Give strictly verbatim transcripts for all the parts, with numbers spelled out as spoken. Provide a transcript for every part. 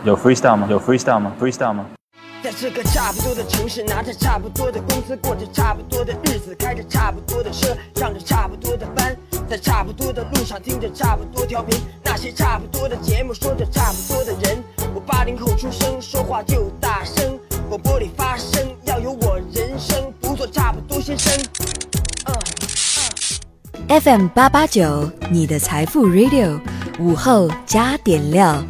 有 freestyle 吗？有 freestyle 吗 ？freestyle 吗？ 在这个差不多的城市，拿着差不多的工资，过着差不多的日子，开着差不多的车，上着差不多的班，在差不多的路上听着差不多调频，那些差不多的节目，说着差不多的人。我八零后出生，说话就大声，广播里发声，要有我人生，不做差不多先生。嗯嗯、 F M 八八九，你的财富 Radio， 午后加点料。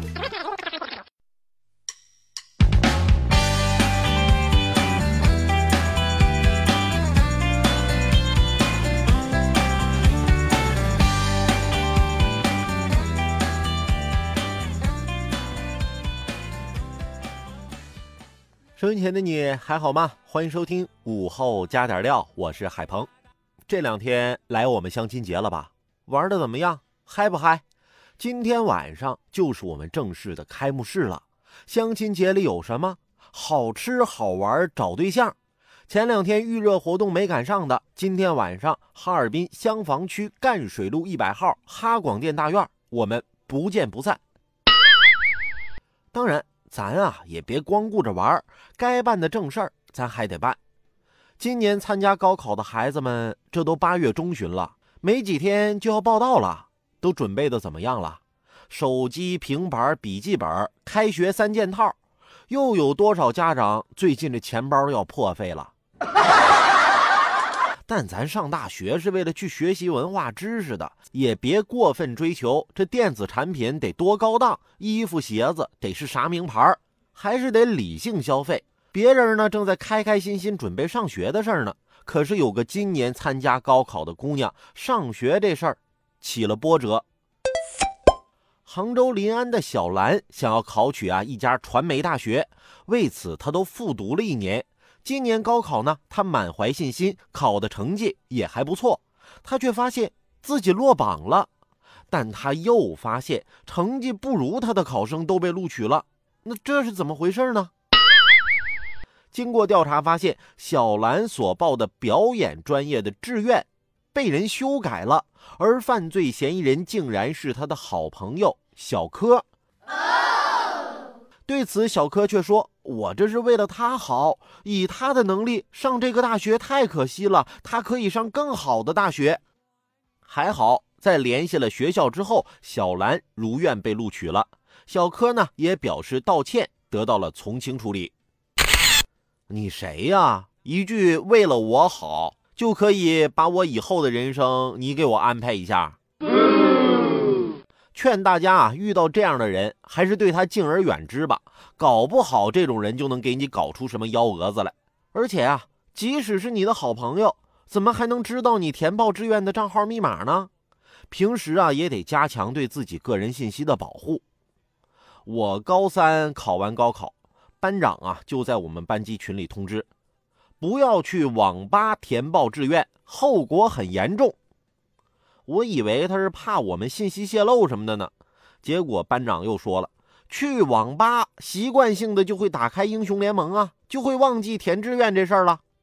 收音前的你还好吗？欢迎收听午后加点料，我是海鹏。这两天来我们相亲节了吧？玩的怎么样？嗨不嗨？今天晚上就是我们正式的开幕式了。相亲节里有什么？好吃好玩找对象。前两天预热活动没赶上的，今天晚上哈尔滨香坊区赣水路一百号哈广电大院，我们不见不散。当然咱啊也别光顾着玩，该办的正事儿咱还得办。今年参加高考的孩子们，这都八月中旬了，没几天就要报到了，都准备的怎么样了？手机、平板、笔记本，开学三件套。又有多少家长最近这钱包要破费了？但咱上大学是为了去学习文化知识的，也别过分追求这电子产品得多高档，衣服鞋子得是啥名牌，还是得理性消费。别人呢正在开开心心准备上学的事儿呢，可是有个今年参加高考的姑娘，上学这事儿起了波折。杭州临安的小兰想要考取啊一家传媒大学，为此她都复读了一年。今年高考呢，他满怀信心，考的成绩也还不错，他却发现自己落榜了。但他又发现成绩不如他的考生都被录取了，那这是怎么回事呢？经过调查发现，小兰所报的表演专业的志愿被人修改了，而犯罪嫌疑人竟然是他的好朋友小柯。对此小柯却说，我这是为了他好，以他的能力上这个大学太可惜了，他可以上更好的大学。还好在联系了学校之后，小兰如愿被录取了。小柯呢也表示道歉，得到了从轻处理。你谁呀？一句为了我好就可以把我以后的人生你给我安排一下？劝大家啊，遇到这样的人还是对他敬而远之吧，搞不好这种人就能给你搞出什么幺蛾子来。而且啊，即使是你的好朋友，怎么还能知道你填报志愿的账号密码呢？平时啊也得加强对自己个人信息的保护。我高三考完高考，班长啊就在我们班级群里通知，不要去网吧填报志愿，后果很严重。我以为他是怕我们信息泄露什么的呢，结果班长又说了，去网吧习惯性的就会打开英雄联盟啊，就会忘记填志愿这事儿了。